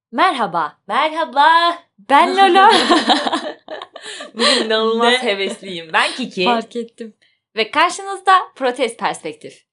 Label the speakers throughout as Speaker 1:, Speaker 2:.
Speaker 1: Merhaba.
Speaker 2: Merhaba.
Speaker 1: Ben Lolo.
Speaker 2: Bugün inanılmaz hevesliyim. Ben Kiki.
Speaker 1: Fark ettim. Ve karşınızda Protest Perspektif.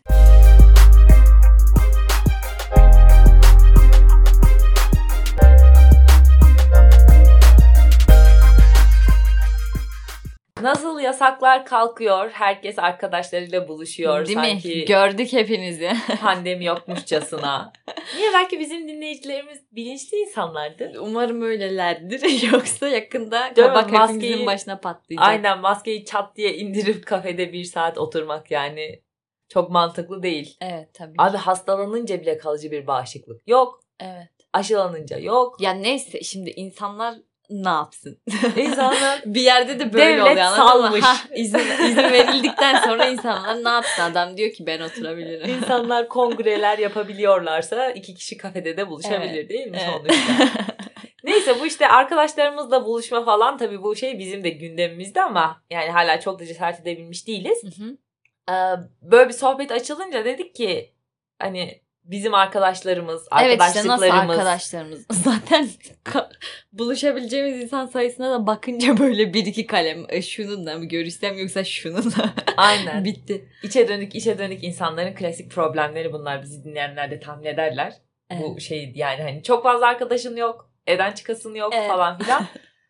Speaker 2: Nasıl yasaklar kalkıyor, herkes arkadaşlarıyla buluşuyor.
Speaker 1: Değil
Speaker 2: sanki
Speaker 1: mi? Gördük hepinizi.
Speaker 2: pandemi yokmuşçasına. Niye? Belki bizim dinleyicilerimiz bilinçli insanlardır.
Speaker 1: Umarım öylelerdir. Yoksa yakında
Speaker 2: Değil mi?
Speaker 1: kabak hepimizin başına patlayacak.
Speaker 2: Aynen, maskeyi çat diye indirip kafede 1 saat oturmak yani çok mantıklı değil.
Speaker 1: Evet tabii.
Speaker 2: Abi hastalanınca bile kalıcı bir bağışıklık yok.
Speaker 1: Evet.
Speaker 2: Aşılanınca yok.
Speaker 1: Ya neyse şimdi insanlar ne yapsın?
Speaker 2: İnsanlar
Speaker 1: Bir yerde de böyle
Speaker 2: devlet
Speaker 1: oluyor, anladın mı?
Speaker 2: salmış.
Speaker 1: İzin verildikten sonra insanlar ne yapsın? Adam diyor ki ben oturabilirim.
Speaker 2: İnsanlar kongreler yapabiliyorlarsa 2 kişi kafede de buluşabilir,
Speaker 1: Evet.
Speaker 2: değil mi
Speaker 1: Evet.
Speaker 2: sonuçta? Neyse, bu işte arkadaşlarımızla buluşma falan, tabii bu şey bizim de gündemimizde ama yani hala çok da cesaret edebilmiş değiliz.
Speaker 1: Hı hı.
Speaker 2: Böyle bir sohbet açılınca dedik ki hani bizim arkadaşlarımız,
Speaker 1: Evet işte nasıl
Speaker 2: arkadaşlıklarımız.
Speaker 1: arkadaşlarımız. Zaten buluşabileceğimiz insan sayısına da bakınca böyle 1-2 kalem. Şununla mı görüşsem yoksa şununla.
Speaker 2: Aynen.
Speaker 1: Bitti.
Speaker 2: İçe dönük insanların klasik problemleri bunlar. Bizi dinleyenler de tahmin ederler.
Speaker 1: Evet.
Speaker 2: Bu şey yani hani çok fazla arkadaşın yok, evden çıkasın yok
Speaker 1: Evet.
Speaker 2: falan filan.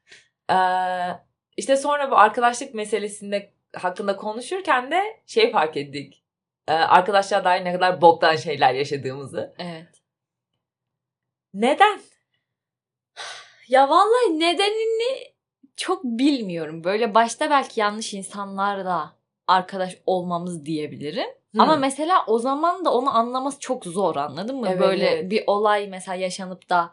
Speaker 2: İşte sonra bu arkadaşlık meselesinde hakkında konuşurken de şey fark ettik. Arkadaşlar dair ne kadar boktan şeyler yaşadığımızı.
Speaker 1: Evet.
Speaker 2: Neden?
Speaker 1: Ya vallahi nedenini çok bilmiyorum. Böyle başta belki yanlış insanlarla arkadaş olmamız diyebilirim. Ama mesela o zaman da onu anlaması çok zor, anladın mı?
Speaker 2: Evet,
Speaker 1: Böyle
Speaker 2: evet.
Speaker 1: bir olay mesela yaşanıp da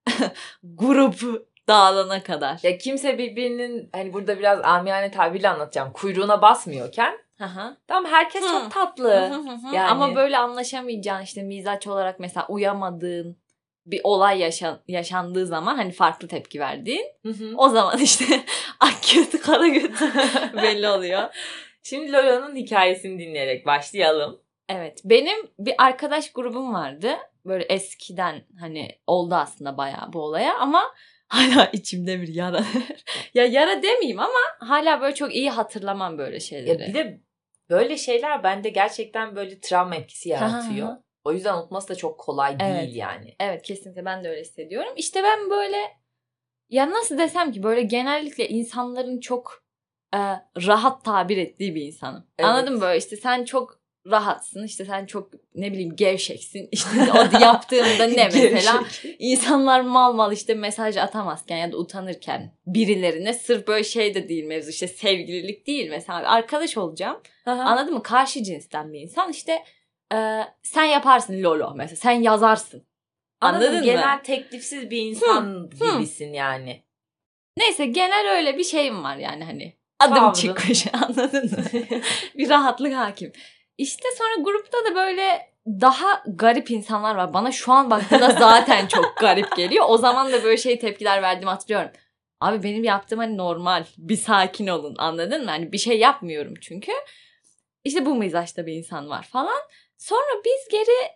Speaker 1: grup dağılana kadar.
Speaker 2: Ya kimse birbirinin, hani burada biraz amiyane tabirle anlatacağım, kuyruğuna basmıyorken tamam, herkes çok tatlı. Yani.
Speaker 1: Ama böyle anlaşamayacağın, işte mizaç olarak mesela uyamadığın bir olay yaşandığı zaman hani farklı tepki verdiğin, o zaman işte ak götü kara götü belli oluyor.
Speaker 2: Şimdi Lolo'nun hikayesini dinleyerek başlayalım.
Speaker 1: Evet, benim bir arkadaş grubum vardı. Böyle eskiden, hani oldu aslında bayağı bu olaya ama hala içimde bir yara. Ya yara demeyeyim ama hala böyle çok iyi hatırlamam böyle şeyleri.
Speaker 2: Ya bir de böyle şeyler bende gerçekten böyle travma etkisi yaratıyor. O yüzden unutması da çok kolay değil yani.
Speaker 1: Evet, kesinlikle ben de öyle hissediyorum. İşte ben böyle, ya nasıl desem ki, böyle genellikle insanların çok rahat tabir ettiği bir insanım.
Speaker 2: Evet.
Speaker 1: Anladın mı? Böyle işte sen çok rahatsın, işte sen çok ne bileyim gevşeksin. İşte o yaptığında ne mesela? İnsanlar mal işte mesaj atamazken ya da utanırken birilerine, sırf böyle şey de değil mevzu, işte sevgililik değil mesela, arkadaş olacağım. Anladın mı? Karşı cinsten bir insan işte sen yaparsın Lolo mesela, sen yazarsın. Anladın mı?
Speaker 2: Genel teklifsiz bir insan gibisin yani.
Speaker 1: Neyse, genel öyle bir şeyim var yani, hani adım çıkmış, anladın mı? Bir rahatlık hakim. İşte sonra grupta da böyle daha garip insanlar var. Bana şu an baktığımda zaten çok garip geliyor. O zaman da böyle şey tepkiler verdiğimi hatırlıyorum. Abi benim yaptığım hani normal. Bir sakin olun, anladın mı? Hani bir şey yapmıyorum çünkü. İşte bu mizaçta bir insan var falan. Sonra biz geri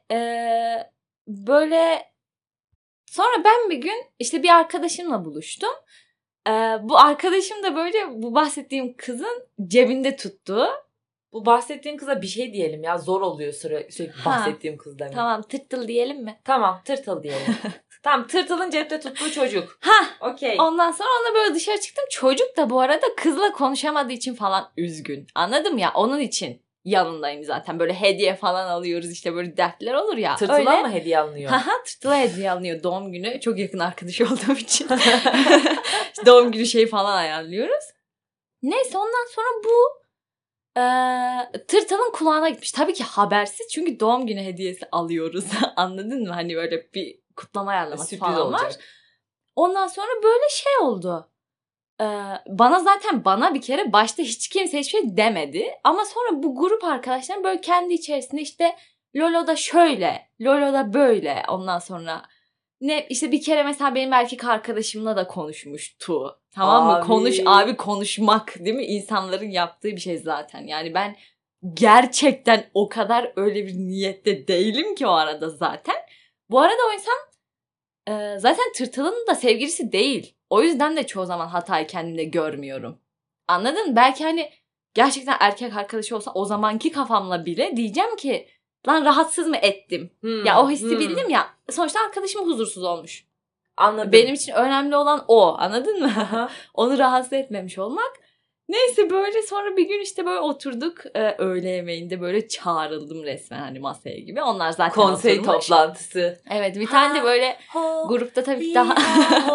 Speaker 1: böyle... Sonra ben bir gün işte bir arkadaşımla buluştum. Bu arkadaşım da böyle bu bahsettiğim kızın cebinde tuttuğu.
Speaker 2: Bu bahsettiğin kıza bir şey diyelim ya, zor oluyor sürekli bahsettiğim kız demek.
Speaker 1: Tamam, tırtıl diyelim mi?
Speaker 2: Tamam, tırtıl diyelim. Tamam, tırtılın cepte tuttuğu çocuk. Okey.
Speaker 1: Ondan sonra onunla böyle dışarı çıktım. Çocuk da bu arada kızla konuşamadığı için falan üzgün. Anladın mı ya? Onun için yanındayım zaten. Böyle hediye falan alıyoruz, işte böyle dertler olur ya.
Speaker 2: Tırtıla mı hediye alınıyor?
Speaker 1: Tırtıla hediye alınıyor doğum günü. Çok yakın arkadaşı olduğum için. Doğum günü şeyi falan ayarlıyoruz. Neyse, ondan sonra bu tırtılın kulağına gitmiş. Tabii ki habersiz, çünkü doğum günü hediyesi alıyoruz. Anladın mı? Hani böyle bir kutlama ayarlaması
Speaker 2: sürpriz
Speaker 1: falan
Speaker 2: olacak.
Speaker 1: var. Ondan sonra böyle şey oldu. Bana bir kere başta hiç kimse hiçbir şey demedi. Ama sonra bu grup arkadaşlarım böyle kendi içerisinde işte Lolo da şöyle, Lolo da böyle. Ondan sonra ne işte bir kere mesela benim erkek arkadaşımla da konuşmuştu. Tamam mı?
Speaker 2: Abi.
Speaker 1: Konuşmak değil mi? İnsanların yaptığı bir şey zaten. Yani ben gerçekten o kadar öyle bir niyette değilim ki o arada zaten. Bu arada o insan zaten Tırtıl'ın da sevgilisi değil. O yüzden de çoğu zaman hatayı kendimde görmüyorum. Anladın mı? Belki hani gerçekten erkek arkadaşı olsa o zamanki kafamla bile diyeceğim ki lan rahatsız mı ettim? Ya o hissi bildim ya. Sonuçta arkadaşım huzursuz olmuş.
Speaker 2: Anladım.
Speaker 1: Benim için önemli olan o. Anladın mı? Onu rahatsız etmemiş olmak. Neyse böyle sonra bir gün işte böyle oturduk. Öğle yemeğinde böyle çağrıldım resmen hani masaya gibi. Onlar zaten
Speaker 2: konsey
Speaker 1: oturmuş.
Speaker 2: toplantısı.
Speaker 1: Evet bir tane de böyle grupta tabii ki daha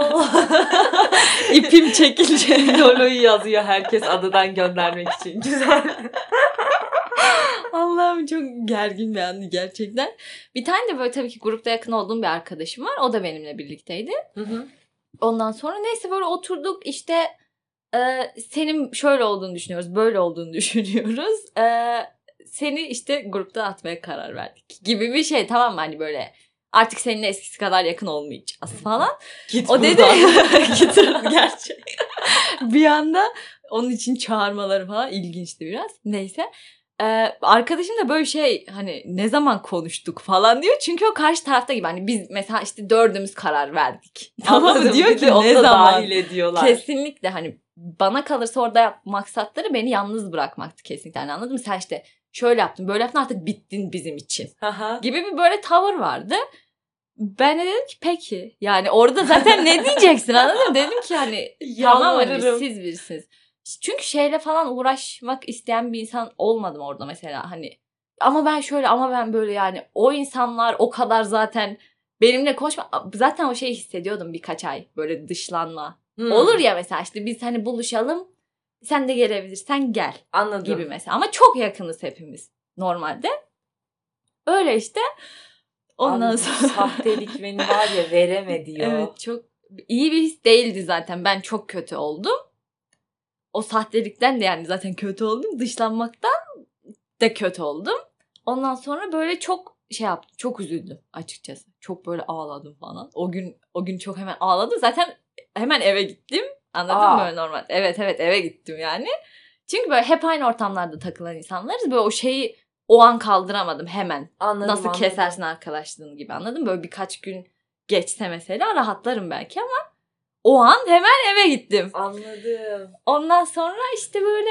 Speaker 1: ipim çekilince
Speaker 2: Lolo'yu yazıyor herkes adadan göndermek için. Güzel.
Speaker 1: Allah'ım çok gergin bir andı gerçekten. Bir tane de böyle tabii ki grupta yakın olduğum bir arkadaşım var. O da benimle birlikteydi. Ondan sonra neyse böyle oturduk işte senin şöyle olduğunu düşünüyoruz, böyle olduğunu düşünüyoruz. Seni işte gruptan atmaya karar verdik gibi bir şey, tamam mı? Hani böyle artık seninle eskisi kadar yakın olmayacağız falan.
Speaker 2: Git
Speaker 1: o dedi git gerçek. Bir anda onun için çağırmaları falan ilginçti biraz. Neyse. Arkadaşım da böyle şey hani ne zaman konuştuk falan diyor. Çünkü o karşı tarafta gibi hani biz mesela işte 4'ümüz karar verdik. Tamam mı? Diyor ki ne zaman?
Speaker 2: Dahil ediyorlar.
Speaker 1: Kesinlikle hani bana kalırsa orada maksatları beni yalnız bırakmaktı kesinlikle. Yani anladın mı? Sen işte şöyle yaptın böyle yaptın artık bittin bizim için. Gibi bir böyle tavır vardı. Ben de dedim ki peki. Yani orada zaten ne diyeceksin anladın mı? Dedim ki hani tamam hani siz birisiniz. Çünkü şeyle falan uğraşmak isteyen bir insan olmadım orada mesela hani. Ama ben şöyle ama ben böyle yani o insanlar o kadar zaten benimle konuşma. Zaten o şeyi hissediyordum birkaç ay böyle dışlanma. Olur ya mesela işte biz hani buluşalım sen de gelebilirsen gel.
Speaker 2: Anladım.
Speaker 1: Gibi mesela ama çok yakınız hepimiz normalde. Öyle işte. Ondan sonra
Speaker 2: sahtelik beni var ya veremedi ya.
Speaker 1: Evet çok iyi bir his değildi zaten. Ben çok kötü oldum. O sahtelikten de yani zaten kötü oldum. Dışlanmaktan da kötü oldum. Ondan sonra böyle çok şey yaptım. Çok üzüldüm açıkçası. Çok böyle ağladım falan. O gün çok hemen ağladım. Zaten hemen eve gittim. Anladın mı böyle normal? Evet eve gittim yani. Çünkü böyle hep aynı ortamlarda takılan insanlarız. Böyle o şeyi o an kaldıramadım hemen. Nasıl kesersin arkadaşlığını gibi anladın mı? Böyle birkaç gün geçse mesela rahatlarım belki ama o an hemen eve gittim.
Speaker 2: Anladım.
Speaker 1: Ondan sonra işte böyle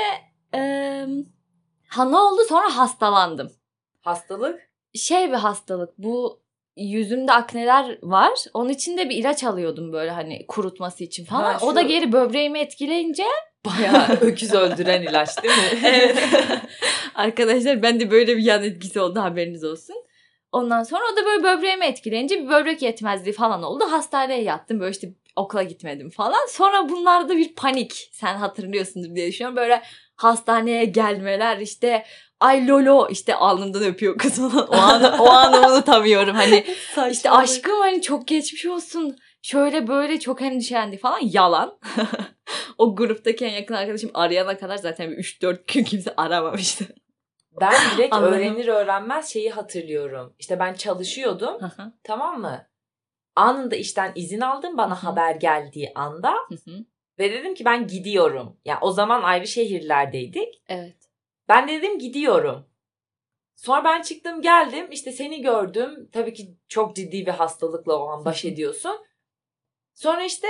Speaker 1: ne oldu? Sonra hastalandım.
Speaker 2: Hastalık?
Speaker 1: Bir hastalık. Bu yüzümde akneler var. Onun için de bir ilaç alıyordum böyle hani kurutması için falan. O da geri böbreğimi etkileyince
Speaker 2: bayağı öküz öldüren ilaç değil mi?
Speaker 1: Evet. Arkadaşlar ben de böyle bir yan etkisi oldu haberiniz olsun. Ondan sonra o da böyle böbreğimi etkileyince bir böbrek yetmezliği falan oldu. Hastaneye yattım böyle işte okula gitmedim falan. Sonra bunlarda bir panik sen hatırlıyorsundur diye düşünüyorum. Böyle hastaneye gelmeler işte ay Lolo işte alnımdan öpüyor kız falan. O anı unutamıyorum. Hani işte aşkım hani çok geçmiş olsun. Şöyle böyle çok endişelendi falan. Yalan. O gruptaki en yakın arkadaşım arayana kadar zaten bir 3-4 gün kimse aramamıştı.
Speaker 2: Ben direkt öğrenir öğrenmez şeyi hatırlıyorum. İşte ben çalışıyordum. Tamam mı? Anında işten izin aldım bana haber geldiği anda. Ve dedim ki ben gidiyorum. Yani o zaman ayrı şehirlerdeydik.
Speaker 1: Evet.
Speaker 2: Ben de dedim gidiyorum. Sonra ben çıktım geldim. İşte seni gördüm. Tabii ki çok ciddi bir hastalıkla o an baş ediyorsun. Sonra işte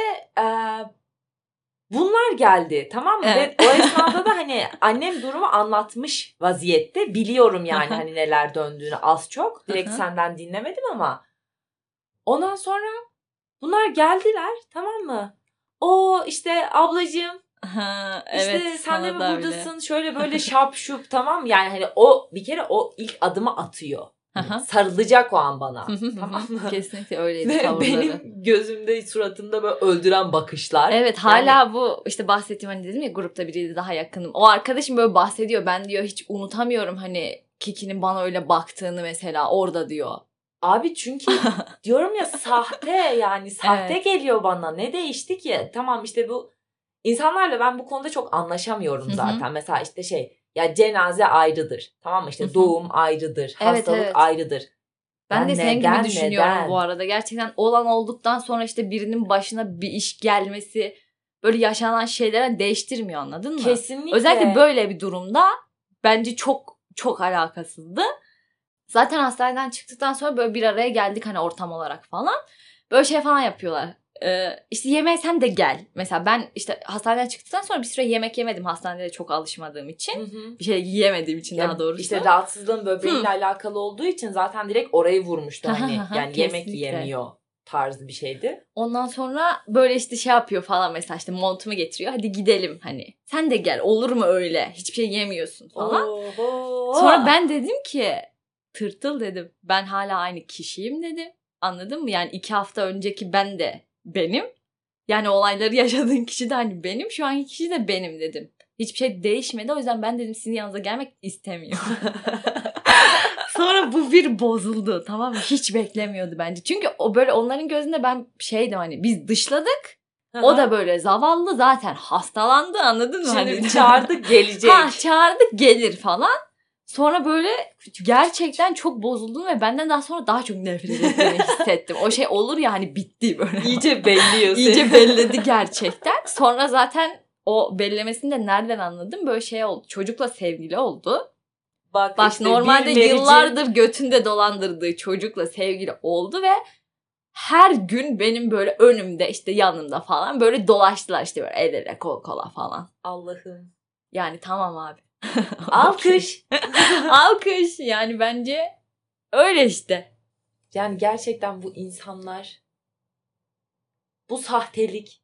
Speaker 2: bunlar geldi tamam mı? Evet. Ve o esnada da hani annem durumu anlatmış vaziyette. Biliyorum yani hani neler döndüğünü az çok. Direkt senden dinlemedim ama. Ondan sonra bunlar geldiler tamam mı? O işte ablacığım
Speaker 1: evet,
Speaker 2: işte sen de mi buradasın? Öyle. Şöyle böyle şap şup tamam mı? Yani hani o bir kere o ilk adımı atıyor. Sarılacak o an bana. Tamam mı?
Speaker 1: Kesinlikle öyleydi tavırları.
Speaker 2: Benim gözümde suratımda böyle öldüren bakışlar.
Speaker 1: Evet hala yani... bu işte bahsettiğim hani dedim ya grupta biriyle daha yakınım. O arkadaşım böyle bahsediyor. Ben diyor hiç unutamıyorum hani Kiki'nin bana öyle baktığını mesela orada diyor.
Speaker 2: Abi çünkü diyorum ya sahte yani sahte geliyor bana. Ne değişti ki? Tamam işte bu insanlarla ben bu konuda çok anlaşamıyorum zaten. Mesela işte ya cenaze ayrıdır. Tamam mı? İşte doğum ayrıdır. Hastalık ayrıdır.
Speaker 1: Ben de senin gibi düşünüyorum bu arada. Gerçekten olan olduktan sonra işte birinin başına bir iş gelmesi böyle yaşanan şeylere değiştirmiyor anladın mı?
Speaker 2: Kesinlikle.
Speaker 1: Özellikle böyle bir durumda bence çok çok alakasızdı. Zaten hastaneden çıktıktan sonra böyle bir araya geldik hani ortam olarak falan. Böyle şey falan yapıyorlar. İşte yemeğe sen de gel. Mesela ben işte hastaneden çıktıktan sonra bir süre yemek yemedim. Hastanede çok alışmadığım için. Bir şey yiyemediğim için daha doğrusu.
Speaker 2: İşte rahatsızlığın böbreğiyle alakalı olduğu için zaten direkt orayı vurmuştu. Hani yani
Speaker 1: kesinlikle.
Speaker 2: Yemek yiyemiyor tarzı bir şeydi.
Speaker 1: Ondan sonra böyle işte şey yapıyor falan, mesela işte montumu getiriyor. Hadi gidelim hani. Sen de gel, olur mu öyle? Hiçbir şey yemiyorsun falan.
Speaker 2: Oho.
Speaker 1: Sonra ben dedim ki tırtıl dedim. Ben hala aynı kişiyim dedim. Anladın mı? Yani 2 hafta önceki ben de benim. Yani olayları yaşadığın kişi de hani benim. Şu anki kişi de benim dedim. Hiçbir şey değişmedi. O yüzden ben dedim sizin yanınıza gelmek istemiyorum. Sonra bu bir bozuldu, tamam mı? Hiç beklemiyordu bence. Çünkü o böyle onların gözünde ben şeydim, hani biz dışladık. O da böyle zavallı zaten hastalandı, anladın mı?
Speaker 2: Şimdi
Speaker 1: hani
Speaker 2: çağırdık gelecek.
Speaker 1: Çağırdık gelir falan. Sonra böyle gerçekten çok bozuldum ve benden daha sonra daha çok nefret ettiğini hissettim. O şey olur ya hani bitti böyle.
Speaker 2: İyice belliyor.
Speaker 1: İyice belledi gerçekten. Sonra zaten o bellemesini de nereden anladım? Böyle şey oldu. Çocukla sevgili oldu. Bak işte normalde yıllardır götünde dolandırdığı çocukla sevgili oldu ve her gün benim böyle önümde işte yanımda falan böyle dolaştılar, işte böyle el ele kol kola falan.
Speaker 2: Allah'ım.
Speaker 1: Yani tamam abi.
Speaker 2: Alkış.
Speaker 1: Alkış. Yani bence öyle işte.
Speaker 2: Yani gerçekten bu insanlar, bu sahtelik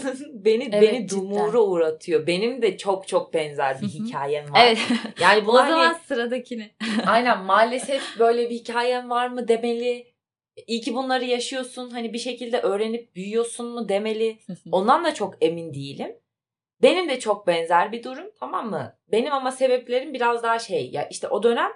Speaker 2: beni dumura uğratıyor. Benim de çok çok benzer bir hikayem var.
Speaker 1: Evet.
Speaker 2: Yani bu
Speaker 1: o zaman sıradakini.
Speaker 2: Aynen, maalesef böyle bir hikayem var mı demeli. İyi ki bunları yaşıyorsun. Hani bir şekilde öğrenip büyüyorsun mu demeli. Ondan da çok emin değilim. Benim de çok benzer bir durum, tamam mı? Benim ama sebeplerim biraz daha ya işte o dönem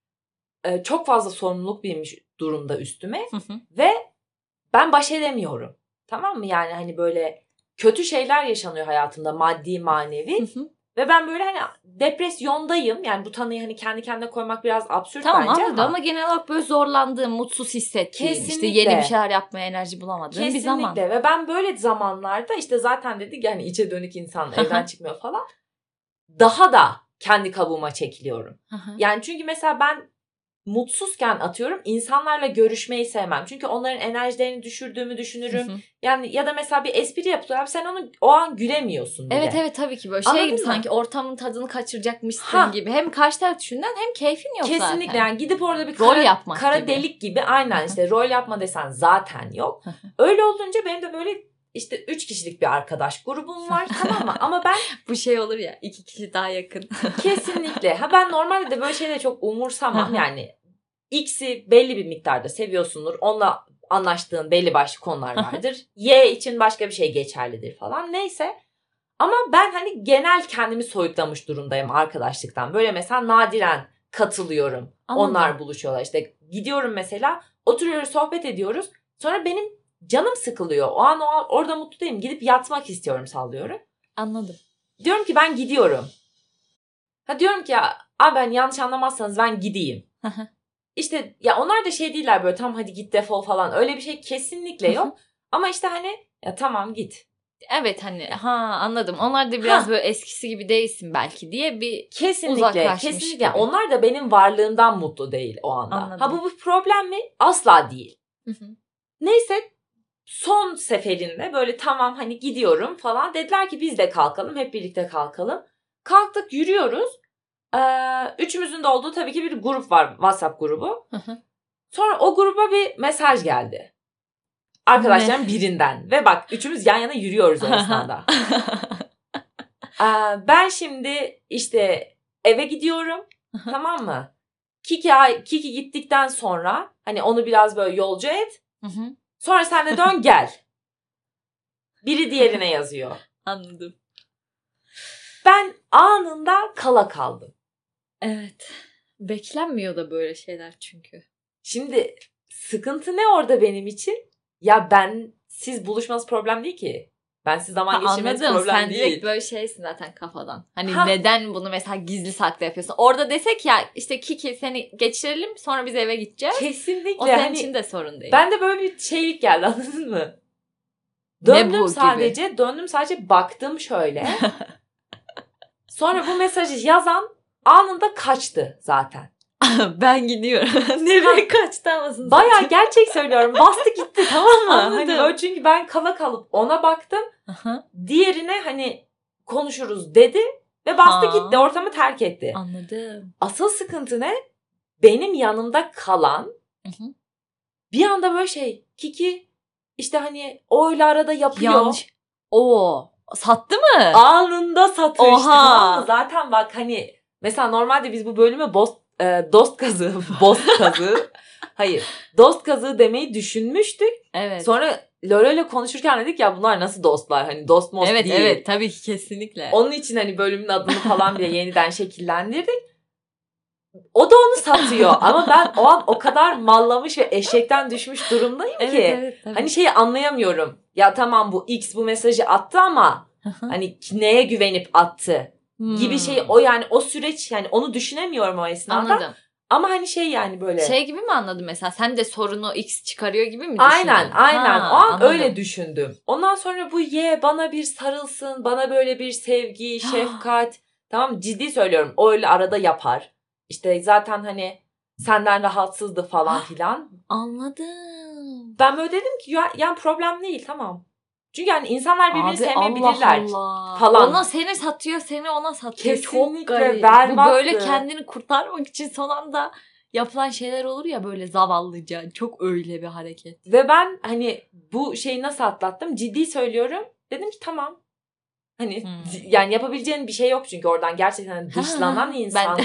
Speaker 2: çok fazla sorumluluk binmiş durumda üstüme ve ben baş edemiyorum. Tamam mı? Yani hani böyle kötü şeyler yaşanıyor hayatımda, maddi manevi. Ve ben böyle hani depresyondayım. Yani bu tanıyı hani kendi kendine koymak biraz absürt bence
Speaker 1: ama genel olarak böyle zorlandığın, mutsuz hissettiğin, işte yeni bir şeyler yapmaya enerji bulamadığın bir zaman.
Speaker 2: Kesinlikle. Ve ben böyle zamanlarda işte zaten dedik yani içe dönük insan evden çıkmıyor falan. Daha da kendi kabuğuma çekiliyorum. Yani çünkü mesela ben mutsuzken atıyorum insanlarla görüşmeyi sevmem. Çünkü onların enerjilerini düşürdüğümü düşünürüm. Yani ya da mesela bir espri yapıyorlar. Sen onu o an gülemiyorsun bile.
Speaker 1: Evet tabii ki böyle şey gibi sanki ortamın tadını kaçıracakmışsın gibi. Hem karşı taraf düşünden hem keyfin yok
Speaker 2: Kesinlikle.
Speaker 1: zaten.
Speaker 2: Kesinlikle yani gidip orada bir
Speaker 1: rol yapmak
Speaker 2: kara
Speaker 1: gibi.
Speaker 2: Delik gibi aynen işte rol yapma desen zaten yok. Öyle olunca benim de böyle işte 3 kişilik bir arkadaş grubum var, tamam mı? Ama ben
Speaker 1: bu şey olur ya, 2 kişi daha yakın.
Speaker 2: Kesinlikle. Ben normalde de böyle şeyleri çok umursamam. Yani X'i belli bir miktarda seviyorsundur. Onunla anlaştığın belli başlı konular vardır. Y için başka bir şey geçerlidir falan. Neyse. Ama ben hani genel kendimi soyutlamış durumdayım arkadaşlıktan. Böyle mesela nadiren katılıyorum.
Speaker 1: Anladım.
Speaker 2: Onlar buluşuyorlar. İşte gidiyorum mesela, oturuyoruz, sohbet ediyoruz. Sonra benim canım sıkılıyor. O an orada mutlu değilim. Gidip yatmak istiyorum, sallıyorum.
Speaker 1: Anladım.
Speaker 2: Diyorum ki ben gidiyorum. Diyorum ki ya abi ben yanlış anlamazsanız ben gideyim. İşte ya onlar da şey değiller böyle tam hadi git defol falan. Öyle bir şey kesinlikle yok. Ama işte hani ya tamam git.
Speaker 1: Evet hani anladım. Onlar da biraz böyle eskisi gibi değilsin belki diye bir uzaklaşmış gibi.
Speaker 2: Onlar da benim varlığımdan mutlu değil o anda.
Speaker 1: Anladım.
Speaker 2: Bu bir problem mi? Asla değil. Neyse son seferinde böyle tamam hani gidiyorum falan. Dediler ki biz de kalkalım, hep birlikte kalkalım. Kalktık, yürüyoruz. Üçümüzün de olduğu tabii ki bir grup var, WhatsApp grubu. Sonra o gruba bir mesaj geldi. Arkadaşlarım birinden. Ve bak üçümüz yan yana yürüyoruz o esnada. Ben şimdi işte eve gidiyorum. Tamam mı? Kiki gittikten sonra hani onu biraz böyle yolcu et. Sonra sen de dön gel. Biri diğerine yazıyor.
Speaker 1: Anladım.
Speaker 2: Ben anında kala kaldım.
Speaker 1: Evet. Beklenmiyor da böyle şeyler çünkü.
Speaker 2: Şimdi sıkıntı ne orada benim için? Ya siz buluşmanız problem değil ki. Ben siz zaman geçirmeniz problem
Speaker 1: sen
Speaker 2: değil.
Speaker 1: Sen direkt böyle şeysin zaten kafadan. Hani neden bunu mesela gizli saklı yapıyorsun? Orada desek ya işte Kiki seni geçirelim sonra biz eve gideceğiz.
Speaker 2: Kesinlikle.
Speaker 1: O senin için de sorun değil.
Speaker 2: Ben de böyle bir şeylik geldi, anladın mı? Döndüm sadece baktım şöyle. Sonra bu mesajı yazan anında kaçtı zaten.
Speaker 1: Ben gidiyorum. Nereye kaçtı anasını
Speaker 2: Bayağı
Speaker 1: satayım.
Speaker 2: gerçek söylüyorum. Bastı gitti, tamam mı?
Speaker 1: Anladım.
Speaker 2: Hani böyle, çünkü ben kala kalıp ona baktım.
Speaker 1: Aha.
Speaker 2: Diğerine hani konuşuruz dedi ve bastı
Speaker 1: Ha.
Speaker 2: gitti, ortamı terk etti.
Speaker 1: Anladım.
Speaker 2: Asıl sıkıntı ne? Benim yanımda kalan
Speaker 1: Hı hı.
Speaker 2: bir anda böyle şey, Kiki işte hani o öyle arada yapıyor.
Speaker 1: Yanlış. Oo. Sattı mı?
Speaker 2: Anında satıyor işte,
Speaker 1: Oha.
Speaker 2: tamam mı? Zaten bak hani mesela normalde biz bu bölüme dost kazığı, bost kazığı, hayır dost kazığı demeyi düşünmüştük.
Speaker 1: Evet.
Speaker 2: Sonra Lorel'le konuşurken dedik ya bunlar nasıl dostlar, hani dost most
Speaker 1: Evet
Speaker 2: değil.
Speaker 1: evet tabii ki kesinlikle.
Speaker 2: Onun için hani bölümün adını falan bile yeniden şekillendirdik. O da onu satıyor ama ben o an o kadar mallamış ve eşekten düşmüş durumdayım
Speaker 1: Evet,
Speaker 2: ki.
Speaker 1: evet, tabii.
Speaker 2: Hani şeyi anlayamıyorum. Ya tamam bu X bu mesajı attı ama hani neye güvenip attı gibi şey o, yani o süreç, yani onu düşünemiyorum o esnada.
Speaker 1: Anladım.
Speaker 2: Ama hani şey yani böyle.
Speaker 1: Şey gibi mi anladın mesela? Sen de sorunu X çıkarıyor gibi mi
Speaker 2: Aynen
Speaker 1: düşündün?
Speaker 2: aynen
Speaker 1: Ha,
Speaker 2: o an
Speaker 1: anladım.
Speaker 2: öyle düşündüm. Ondan sonra bu bana bir sarılsın, bana böyle bir sevgi, şefkat. Tamam, ciddi söylüyorum, o öyle arada yapar. İşte zaten hani senden rahatsızdı falan filan.
Speaker 1: Anladım.
Speaker 2: Ben böyle dedim ki yani problem değil, tamam. Çünkü yani insanlar birbirini
Speaker 1: Abi
Speaker 2: sevmeyebilirler
Speaker 1: Allah Allah.
Speaker 2: falan.
Speaker 1: Ona seni satıyor, seni ona satıyor.
Speaker 2: Kesinlikle
Speaker 1: Çok garip.
Speaker 2: berbattı.
Speaker 1: Bu böyle kendini kurtarmak için son anda yapılan şeyler olur ya böyle zavallıca. Çok öyle bir hareket.
Speaker 2: Ve ben hani bu şeyi nasıl atlattım? Ciddi söylüyorum. Dedim ki tamam. Hani yani yapabileceğin bir şey yok çünkü oradan gerçekten dışlanan insan.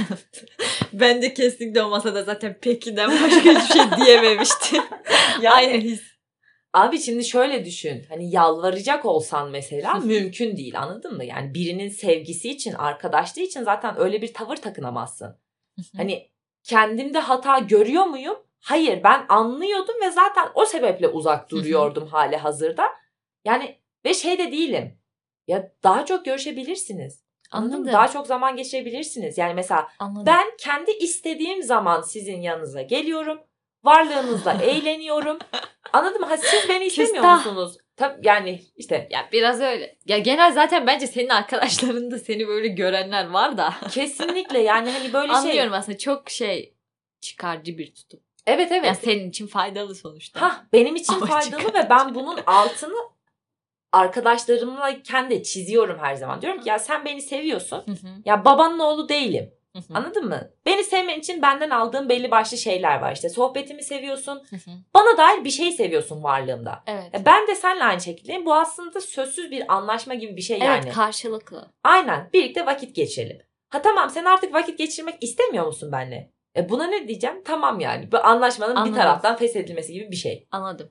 Speaker 1: Ben de kesinlikle o masada zaten Peki'den başka hiçbir şey diyememiştim.
Speaker 2: Yani,
Speaker 1: Aynı his.
Speaker 2: Abi şimdi şöyle düşün. Hani yalvaracak olsan mesela mümkün değil, anladın mı? Yani birinin sevgisi için, arkadaşlığı için zaten öyle bir tavır takınamazsın. Hani kendimde hata görüyor muyum? Hayır, ben anlıyordum ve zaten o sebeple uzak duruyordum hali hazırda. Yani ve şey de değilim. Ya daha çok görüşebilirsiniz. Anladın mı? Daha çok zaman geçirebilirsiniz. Yani mesela ben kendi istediğim zaman sizin yanınıza geliyorum. Varlığınızla eğleniyorum. Anladın mı? Ha, siz beni istemiyor musunuz? Tabii yani işte.
Speaker 1: Ya biraz öyle. Ya genel zaten bence senin arkadaşlarında seni böyle görenler var da.
Speaker 2: Kesinlikle yani hani böyle
Speaker 1: Anlıyorum aslında, çok çıkarcı bir tutum.
Speaker 2: Evet evet.
Speaker 1: Yani senin için faydalı sonuçta.
Speaker 2: Benim için
Speaker 1: Ama
Speaker 2: faydalı
Speaker 1: çıkarcı.
Speaker 2: ve ben bunun altını arkadaşlarımla kendi çiziyorum her zaman. Diyorum ki ya sen beni seviyorsun. Ya babanın oğlu değilim. Anladın mı? Beni sevmen için benden aldığın belli başlı şeyler var. İşte sohbetimi seviyorsun. Bana dair bir şey seviyorsun varlığımda.
Speaker 1: Evet.
Speaker 2: Ben de seninle aynı şekildeyim. Bu aslında sözsüz bir anlaşma gibi bir şey yani.
Speaker 1: Evet, karşılıklı.
Speaker 2: Aynen. Birlikte vakit geçirelim. Ha tamam, sen artık vakit geçirmek istemiyor musun benimle? Buna ne diyeceğim? Tamam yani. Bu anlaşmanın bir taraftan feshedilmesi gibi bir şey.
Speaker 1: Anladım.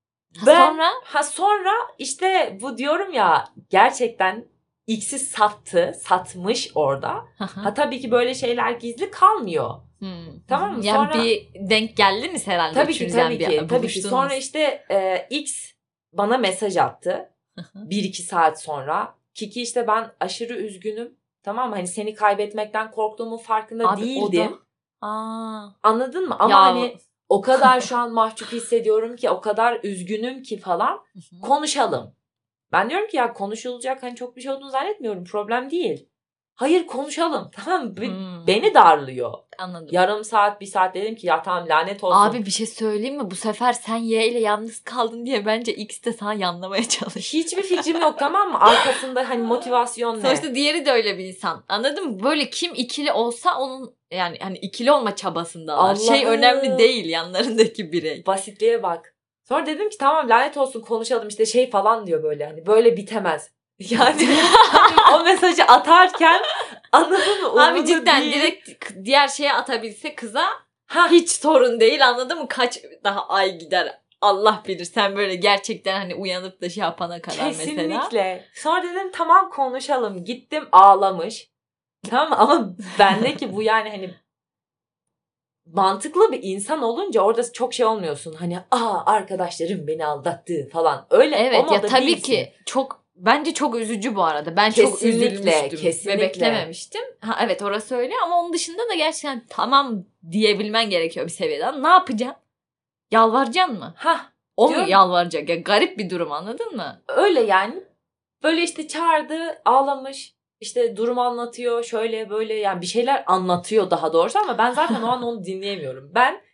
Speaker 2: Sonra işte bu diyorum ya, gerçekten X'i satmış orada. Tabii ki böyle şeyler gizli kalmıyor. Tamam mı?
Speaker 1: Yani
Speaker 2: sonra
Speaker 1: bir denk geldiniz herhalde.
Speaker 2: Tabii ki. Sonra işte X bana mesaj attı. 1-2 saat sonra. Kiki işte ben aşırı üzgünüm. Tamam mı? Hani seni kaybetmekten korktuğumun farkında değildim. Anladın mı? Ama hani o kadar şu an mahcup hissediyorum ki, o kadar üzgünüm ki falan. Konuşalım. Ben diyorum ki ya konuşulacak hani çok bir şey olduğunu zannetmiyorum. Problem değil. Hayır, konuşalım. Tamam, beni darlıyor.
Speaker 1: Anladım.
Speaker 2: Yarım saat, 1 saat dedim ki ya tamam, lanet olsun.
Speaker 1: Abi bir şey söyleyeyim mi? Bu sefer sen Y ile yalnız kaldın diye bence X de sana yanlamaya çalışıyor.
Speaker 2: Hiçbir fikrim yok, tamam mı? Arkasında hani motivasyon ne?
Speaker 1: Sonuçta diğeri de öyle bir insan. Anladın mı? Böyle kim ikili olsa onun yani hani ikili olma çabasındalar. Şey önemli değil, yanlarındaki birey.
Speaker 2: Basitliğe bak. Sonra dedim ki tamam, lanet olsun, konuşalım işte şey falan diyor böyle, hani böyle bitemez. Yani o mesajı atarken anladın mı?
Speaker 1: Abi cidden direkt diğer şeye atabilse kıza hiç sorun değil, anladın mı? Kaç daha ay gider Allah bilir, sen böyle gerçekten hani uyanıp da şey yapana kadar
Speaker 2: Kesinlikle.
Speaker 1: mesela.
Speaker 2: Kesinlikle. Sonra dedim tamam konuşalım. Gittim, ağlamış. Tamam ama bendeki bu yani hani mantıklı bir insan olunca orada çok şey olmuyorsun. Hani arkadaşlarım beni aldattı falan. Öyle
Speaker 1: evet ya tabii
Speaker 2: değilsin.
Speaker 1: ki bence çok üzücü bu arada. Ben çok üzülmüştüm ve beklememiştim. Evet, orası öyle ama onun dışında da gerçekten tamam diyebilmen gerekiyor bir seviyeden. Ne yapacaksın? Yalvaracaksın mı? O mu yalvaracak? Ya garip bir durum, anladın mı?
Speaker 2: Öyle yani. Böyle işte çağırdı, ağlamış. işte durumu anlatıyor şöyle böyle yani bir şeyler anlatıyor daha doğrusu ama ben zaten o an onu dinleyemiyorum. Ben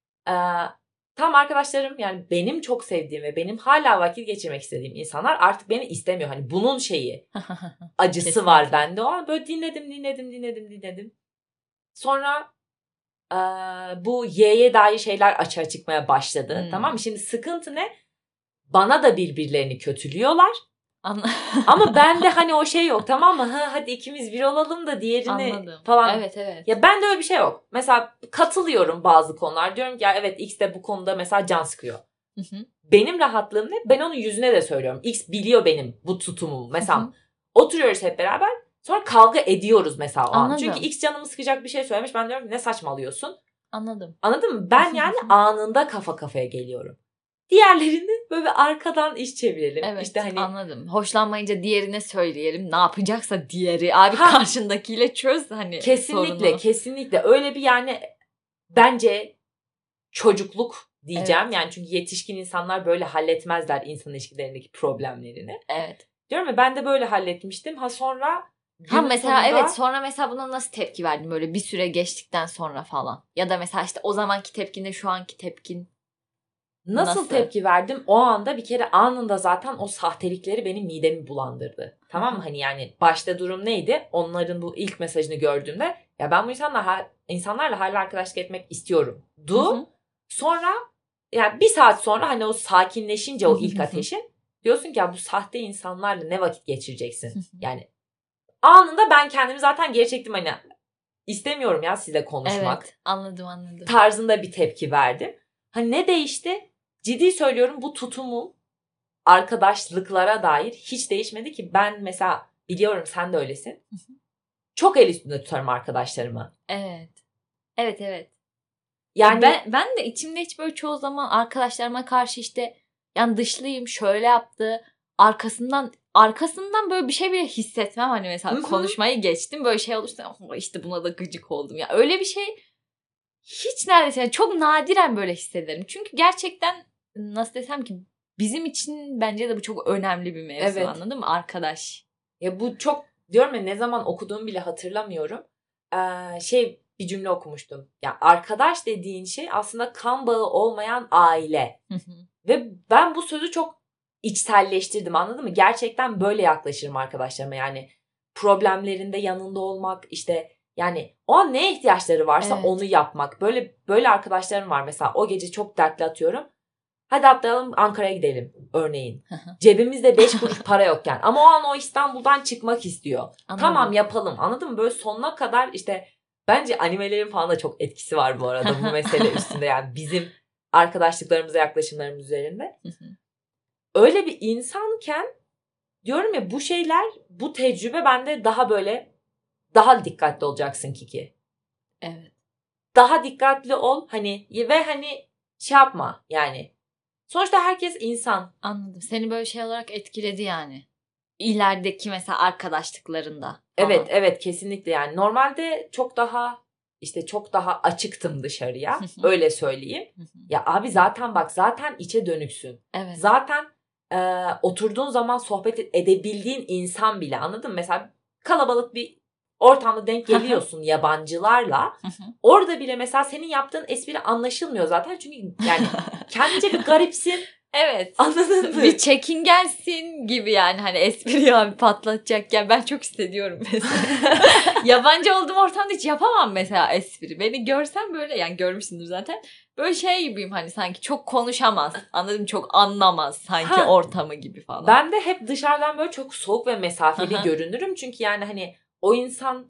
Speaker 2: tam arkadaşlarım yani benim çok sevdiğim ve benim hala vakit geçirmek istediğim insanlar artık beni istemiyor. Hani bunun şeyi acısı
Speaker 1: Kesinlikle.
Speaker 2: var bende o an böyle dinledim. Sonra bu Y'ye dair şeyler açığa çıkmaya başladı. Tamam mı? Şimdi sıkıntı ne? Bana da birbirlerini kötülüyorlar. Ama bende hani o şey yok tamam mı? Hadi ikimiz bir olalım da diğerini
Speaker 1: Anladım.
Speaker 2: falan.
Speaker 1: Evet.
Speaker 2: Ya bende öyle bir şey yok. Mesela katılıyorum bazı konular. Diyorum ki ya evet X de bu konuda mesela can sıkıyor. Benim rahatlığım ne? Ben onun yüzüne de söylüyorum. X biliyor benim bu tutumumu. Mesela oturuyoruz hep beraber. Sonra kavga ediyoruz mesela o an. Çünkü X canımı sıkacak bir şey söylemiş. Ben diyorum ki ne saçmalıyorsun?
Speaker 1: Anladım.
Speaker 2: Anladın mı? Ben yani anında kafa kafaya geliyorum. Diğerlerini böyle arkadan iş çevirelim.
Speaker 1: Evet
Speaker 2: işte hani
Speaker 1: anladım. Hoşlanmayınca diğerine söyleyelim. Ne yapacaksa diğeri. Abi karşındakiyle çöz hani sorunu.
Speaker 2: Kesinlikle. Öyle bir yani bence çocukluk diyeceğim.
Speaker 1: Evet.
Speaker 2: Yani çünkü yetişkin insanlar böyle halletmezler insan ilişkilerindeki problemlerini.
Speaker 1: Evet.
Speaker 2: Diyorum ya ben de böyle halletmiştim. Sonra
Speaker 1: mesela
Speaker 2: sonunda...
Speaker 1: evet sonra mesela buna nasıl tepki verdin böyle bir süre geçtikten sonra falan. Ya da mesela işte o zamanki tepkinle şu anki tepkin.
Speaker 2: Nasıl tepki verdim? O anda bir kere anında zaten o sahtelikleri benim midemi bulandırdı. Tamam mı? Hani yani başta durum neydi? Onların bu ilk mesajını gördüğümde ya ben bu insanlarla hala arkadaşlık etmek istiyorum. Sonra yani bir saat sonra hani o sakinleşince o ilk ateşin diyorsun ki ya bu sahte insanlarla ne vakit geçireceksin? Yani anında ben kendimi zaten geri çektim hani istemiyorum ya sizle konuşmak.
Speaker 1: Evet anladım.
Speaker 2: Tarzında bir tepki verdim. Hani ne değişti? Ciddi söylüyorum bu tutumum arkadaşlıklara dair hiç değişmedi ki. Ben mesela biliyorum sen de öylesin. Çok el üstünde tutarım arkadaşlarımı.
Speaker 1: Evet.
Speaker 2: Yani
Speaker 1: ben de içimde hiç böyle çoğu zaman arkadaşlarıma karşı işte yani dışlıyım şöyle yaptı arkasından böyle bir şey bile hissetmem hani mesela konuşmayı geçtim böyle şey olursa işte buna da gıcık oldum ya öyle bir şey hiç neredeyse yani çok nadiren böyle hissederim çünkü gerçekten nasıl desem ki bizim için bence de bu çok önemli bir mevzu anladın mı arkadaş
Speaker 2: ya bu çok diyorum ya ne zaman okuduğumu bile hatırlamıyorum bir cümle okumuştum ya arkadaş dediğin şey aslında kan bağı olmayan aile. Ve ben bu sözü çok içselleştirdim anladın mı? Gerçekten böyle yaklaşırım arkadaşlarıma yani problemlerinde yanında olmak işte yani o an neye ihtiyaçları varsa onu yapmak. Böyle arkadaşlarım var mesela o gece çok dertli atıyorum. Hadi atlayalım Ankara'ya gidelim örneğin. Cebimizde 5 kuruş para yokken ama o an o İstanbul'dan çıkmak istiyor. Anladım. Tamam yapalım anladın mı? Böyle sonuna kadar işte bence animelerin falan da çok etkisi var bu arada bu mesele üstünde yani bizim arkadaşlıklarımıza yaklaşımlarımız üzerinde. Öyle bir insanken diyorum ya bu şeyler bu tecrübe bende daha dikkatli olacaksın Kiki.
Speaker 1: Evet.
Speaker 2: Daha dikkatli ol hani ve hani şey yapma yani. Sonuçta herkes insan.
Speaker 1: Anladım. Seni böyle şey olarak etkiledi yani. İlerideki mesela arkadaşlıklarında.
Speaker 2: Falan. Evet kesinlikle yani. Normalde çok daha açıktım dışarıya. Öyle söyleyeyim. Ya abi zaten içe dönüksün.
Speaker 1: Evet.
Speaker 2: Zaten oturduğun zaman sohbet edebildiğin insan bile anladın mı? Mesela kalabalık bir ortamda denk geliyorsun yabancılarla. Orada bile mesela senin yaptığın espri anlaşılmıyor zaten. Çünkü yani kendince bir garipsin.
Speaker 1: Evet.
Speaker 2: Anladın mı?
Speaker 1: Bir çekingensin gibi yani hani espriyi abi patlatacakken ben çok hissediyorum mesela. Yabancı olduğum ortamda hiç yapamam mesela espri. Beni görsen böyle yani görmüşsündür zaten. Böyle şey gibiyim hani sanki çok konuşamaz. Anladım çok anlamaz sanki ortamı gibi falan.
Speaker 2: Ben de hep dışarıdan böyle çok soğuk ve mesafeli görünürüm. Çünkü yani hani o insan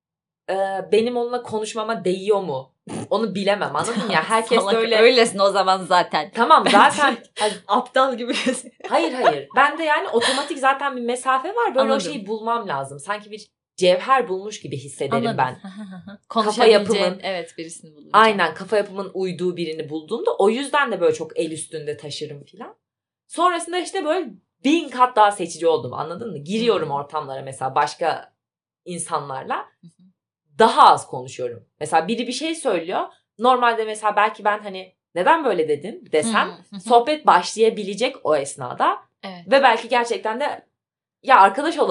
Speaker 2: benim onunla konuşmama değiyor mu? Onu bilemem anladın mı? Ya herkes
Speaker 1: Salak,
Speaker 2: böyle.
Speaker 1: Öylesin o zaman zaten.
Speaker 2: Tamam zaten.
Speaker 1: Aptal gibi.
Speaker 2: Hayır. Ben de yani otomatik zaten bir mesafe var. Böyle o şeyi bulmam lazım. Sanki bir cevher bulmuş gibi hissederim ben.
Speaker 1: Kafa yapımın. Evet birisini bulacağım.
Speaker 2: Aynen kafa yapımın uyduğu birini bulduğumda o yüzden de böyle çok el üstünde taşırım filan. Sonrasında işte böyle 1000 kat daha seçici oldum anladın mı? Giriyorum ortamlara mesela başka insanlarla. Daha az konuşuyorum. Mesela biri bir şey söylüyor. Normalde mesela belki ben hani neden böyle dedin desem sohbet başlayabilecek o esnada.
Speaker 1: Evet.
Speaker 2: Ve belki gerçekten de ya arkadaş olalım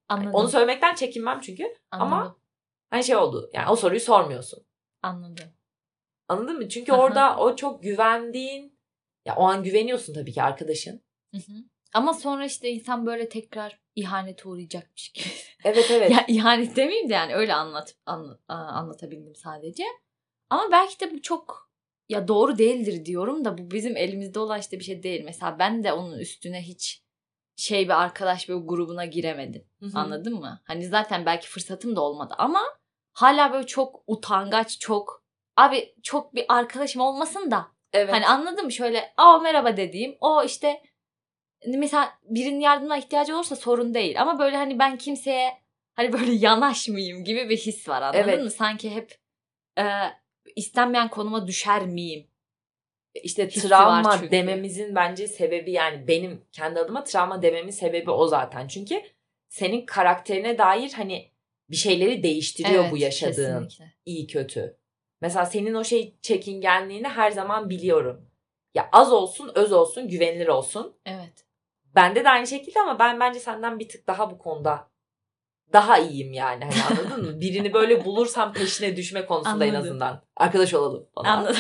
Speaker 1: Anladım.
Speaker 2: Onu söylemekten çekinmem çünkü.
Speaker 1: Anladım.
Speaker 2: Ama hani şey oldu. Yani o soruyu sormuyorsun.
Speaker 1: Anladım.
Speaker 2: Anladın mı? Çünkü orada o çok güvendiğin, ya o an güveniyorsun tabii ki arkadaşın.
Speaker 1: Ama sonra işte insan böyle tekrar ihanete uğrayacakmış gibi.
Speaker 2: Evet.
Speaker 1: Ya ihanet demeyeyim de yani öyle anlatabildim sadece. Ama belki de bu çok ya doğru değildir diyorum da bu bizim elimizde olan işte bir şey değil. Mesela ben de onun üstüne hiç bir arkadaş böyle grubuna giremedim. Anladın mı? Hani zaten belki fırsatım da olmadı ama hala böyle çok utangaç, çok abi çok bir arkadaşım olmasın da.
Speaker 2: Evet.
Speaker 1: Hani anladın mı? Şöyle merhaba dediğim o işte mesela birinin yardımına ihtiyacı olursa sorun değil. Ama böyle hani ben kimseye hani böyle yanaşmayayım gibi bir his var, anladın mı? Sanki hep istenmeyen konuma düşer miyim?
Speaker 2: İşte travma dememizin bence sebebi, yani benim kendi adıma travma dememin sebebi o zaten. Çünkü senin karakterine dair hani bir şeyleri değiştiriyor bu yaşadığın. Kesinlikle. İyi kötü. Mesela senin o çekingenliğini her zaman biliyorum. Ya az olsun, öz olsun, güvenilir olsun.
Speaker 1: Evet.
Speaker 2: Bende de aynı şekilde ama ben bence senden bir tık daha bu konuda daha iyiyim yani. Hani anladın mı? Birini böyle bulursam peşine düşme konusunda en azından. Arkadaş olalım falan.
Speaker 1: Anladım.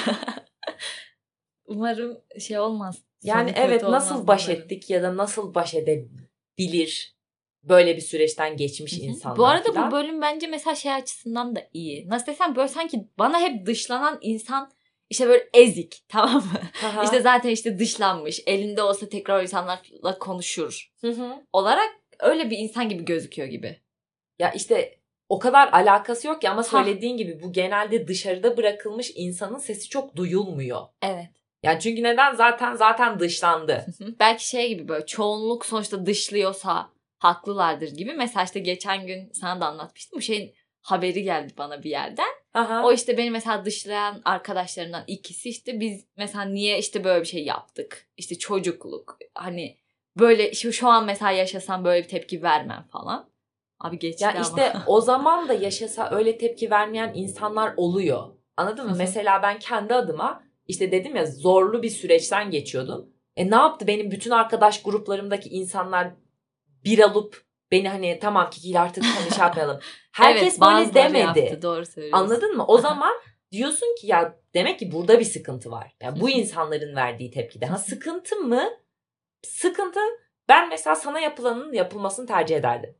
Speaker 1: Umarım olmaz.
Speaker 2: Yani evet, nasıl baş ettik ya da nasıl baş edebilir böyle bir süreçten geçmiş insanlar.
Speaker 1: Bu arada
Speaker 2: falan.
Speaker 1: Bu bölüm bence mesela açısından da iyi. Nasıl desem böyle sanki bana hep dışlanan insan işte böyle ezik, tamam mı? İşte zaten işte dışlanmış. Elinde olsa tekrar o insanlarla konuşur. Olarak öyle bir insan gibi gözüküyor gibi.
Speaker 2: Ya işte o kadar alakası yok ki ama söylediğin gibi bu genelde dışarıda bırakılmış insanın sesi çok duyulmuyor.
Speaker 1: Evet.
Speaker 2: Yani çünkü neden? Zaten dışlandı.
Speaker 1: Belki gibi böyle çoğunluk sonuçta dışlıyorsa haklılardır gibi. Mesela işte geçen gün sana da anlatmıştım. Bu haberi geldi bana bir yerden. O işte beni mesela dışlayan arkadaşlarımdan ikisi işte biz mesela niye işte böyle bir şey yaptık? İşte çocukluk. Hani böyle şu an mesela yaşasam böyle bir tepki vermem falan. Abi geçti ama.
Speaker 2: Ya işte o zaman da yaşasa öyle tepki vermeyen insanlar oluyor. Anladın mı? Mesela ben kendi adıma işte dedim ya, zorlu bir süreçten geçiyordum. Ne yaptı benim bütün arkadaş gruplarımdaki insanlar bir alıp beni hani tamam Kiki artık hani yapmayalım. Herkes evet, böyle demedi. Yaptı,
Speaker 1: doğru söylüyorsun.
Speaker 2: Anladın mı? O zaman diyorsun ki ya demek ki burada bir sıkıntı var. Yani bu insanların verdiği tepkide. Sıkıntı mı? Sıkıntı. Ben mesela sana yapılanın yapılmasını tercih ederdim.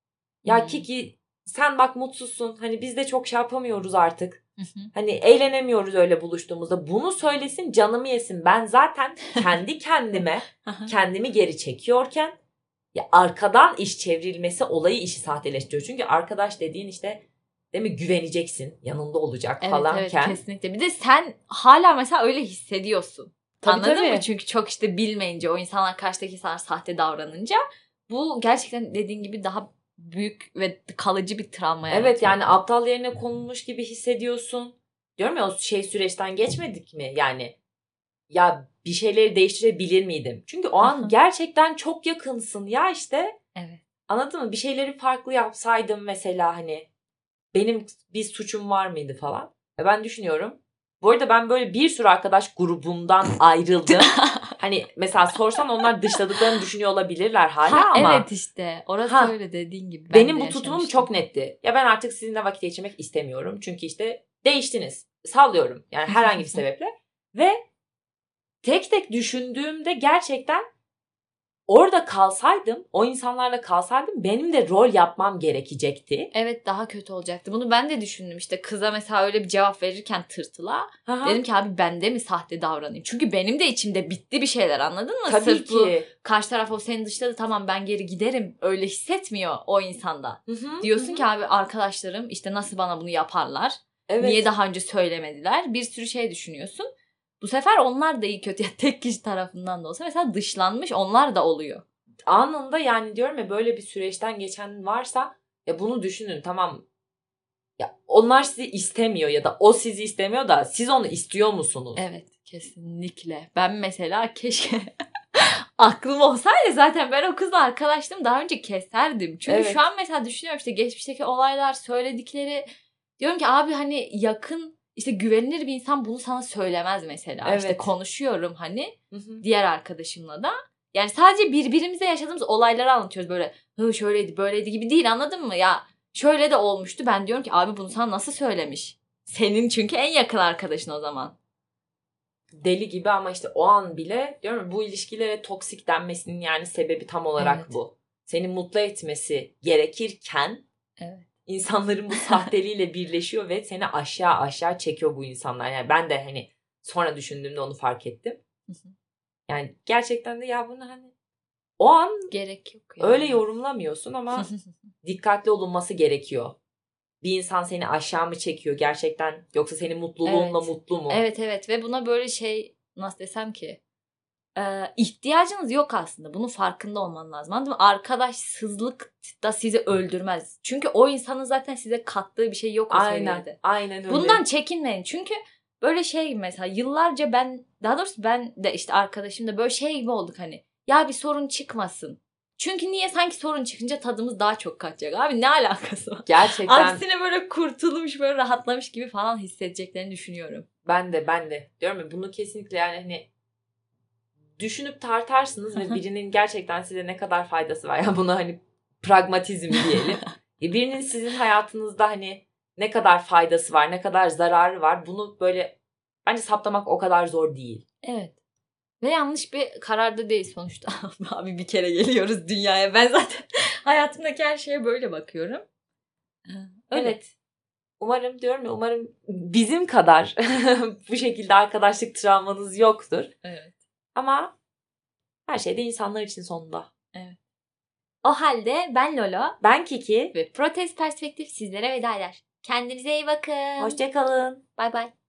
Speaker 2: Ya Kiki sen bak mutsuzsun. Hani biz de çok yapamıyoruz artık. Hani eğlenemiyoruz öyle buluştuğumuzda. Bunu söylesin, canımı yesin. Ben zaten kendi kendime kendimi geri çekiyorken ya arkadan iş çevrilmesi olayı işi sahteleştiriyor. Çünkü arkadaş dediğin işte değil mi, güveneceksin. Yanında olacak falanken.
Speaker 1: Evet kesinlikle. Bir de sen hala mesela öyle hissediyorsun.
Speaker 2: Tabii,
Speaker 1: anladın mı? Çünkü çok işte bilmeyince o insanlar karşıdaki insanlar sahte davranınca bu gerçekten dediğin gibi daha büyük ve kalıcı bir travma yaratıyor.
Speaker 2: Evet yani aptal yerine konulmuş gibi hissediyorsun. Diyorum ya o süreçten geçmedik mi? Yani ya bir şeyleri değiştirebilir miydim? Çünkü o an gerçekten çok yakınsın ya işte.
Speaker 1: Evet.
Speaker 2: Anladın mı? Bir şeyleri farklı yapsaydım mesela hani benim bir suçum var mıydı falan. Ben düşünüyorum. Bu arada ben böyle bir sürü arkadaş grubumdan ayrıldım. Hani mesela sorsan onlar dışladıklarını düşünüyor olabilirler hala ama.
Speaker 1: Evet işte. Orası öyle dediğin gibi.
Speaker 2: Benim bu tutumum çok netti. Ya ben artık sizinle vakit geçirmek istemiyorum. Çünkü işte değiştiniz. Sallıyorum. Yani herhangi bir sebeple. Ve tek tek düşündüğümde gerçekten orada kalsaydım, o insanlarla kalsaydım benim de rol yapmam gerekecekti.
Speaker 1: Evet, daha kötü olacaktı. Bunu ben de düşündüm. İşte kıza mesela öyle bir cevap verirken tırtıla dedim ki abi ben de mi sahte davranayım? Çünkü benim de içimde bitti bir şeyler, anladın mı?
Speaker 2: Tabii
Speaker 1: Sırf
Speaker 2: ki.
Speaker 1: Bu karşı taraf o seni dışladı, tamam ben geri giderim. Öyle hissetmiyor o insanda. Diyorsun ki abi arkadaşlarım işte nasıl bana bunu yaparlar? Evet. Niye daha önce söylemediler? Bir sürü şey düşünüyorsun. Bu sefer onlar da iyi kötü ya tek kişi tarafından da olsa mesela dışlanmış onlar da oluyor.
Speaker 2: Anında yani diyorum ya böyle bir süreçten geçen varsa ya bunu düşünün, tamam. Ya onlar sizi istemiyor ya da o sizi istemiyor da siz onu istiyor musunuz?
Speaker 1: Evet kesinlikle. Ben mesela keşke aklım olsaydı zaten ben o kızla arkadaştım daha önce keserdim. Çünkü şu an mesela düşünüyorum işte geçmişteki olaylar, söyledikleri, diyorum ki abi hani yakın işte güvenilir bir insan bunu sana söylemez mesela. Evet. İşte konuşuyorum hani diğer arkadaşımla da. Yani sadece birbirimize yaşadığımız olayları anlatıyoruz böyle. şöyleydi böyleydi gibi değil, anladın mı? Ya şöyle de olmuştu, ben diyorum ki abi bunu sana nasıl söylemiş? Senin çünkü en yakın arkadaşın o zaman.
Speaker 2: Deli gibi ama işte o an bile diyorum bu ilişkilere toksik denmesinin yani sebebi tam olarak bu. Seni mutlu etmesi gerekirken insanların bu sahteliğiyle birleşiyor ve seni aşağı çekiyor bu insanlar. Yani ben de hani sonra düşündüğümde onu fark ettim. Yani gerçekten de ya bunu hani o an
Speaker 1: gerek yok. Yani.
Speaker 2: Öyle yorumlamıyorsun ama dikkatli olunması gerekiyor. Bir insan seni aşağı mı çekiyor gerçekten, yoksa senin mutluluğunla mutlu mu?
Speaker 1: Evet ve buna böyle nasıl desem ki ihtiyacınız yok aslında. Bunun farkında olman lazım. Anladın mı? Arkadaşsızlık da sizi öldürmez. Çünkü o insanın zaten size kattığı bir şey yok o seviyede.
Speaker 2: Aynen öyle.
Speaker 1: Bundan çekinmeyin. Çünkü böyle mesela yıllarca daha doğrusu ben de işte arkadaşım da böyle gibi olduk hani. Ya bir sorun çıkmasın. Çünkü niye? Sanki sorun çıkınca tadımız daha çok kaçacak. Abi ne alakası var?
Speaker 2: Gerçekten.
Speaker 1: Aksine böyle kurtulmuş, böyle rahatlamış gibi falan hissedeceklerini düşünüyorum.
Speaker 2: Ben de. Diyorum ya, bunu kesinlikle yani hani düşünüp tartarsınız ve birinin gerçekten size ne kadar faydası var. Ya buna hani pragmatizm diyelim. Birinin sizin hayatınızda hani ne kadar faydası var, ne kadar zararı var. Bunu böyle bence saptamak o kadar zor değil.
Speaker 1: Evet. Ve yanlış bir kararda değil sonuçta. Abi bir kere geliyoruz dünyaya. Ben zaten hayatımdaki her şeye böyle bakıyorum. Öyle.
Speaker 2: Evet. Umarım bizim kadar bu şekilde arkadaşlık travmanız yoktur.
Speaker 1: Evet.
Speaker 2: Ama her şey de insanlar için sonunda.
Speaker 1: Evet. O halde ben Lolo.
Speaker 2: Ben Kiki.
Speaker 1: Ve Protest Perspektif sizlere veda eder. Kendinize iyi bakın.
Speaker 2: Hoşça kalın.
Speaker 1: Bay bay.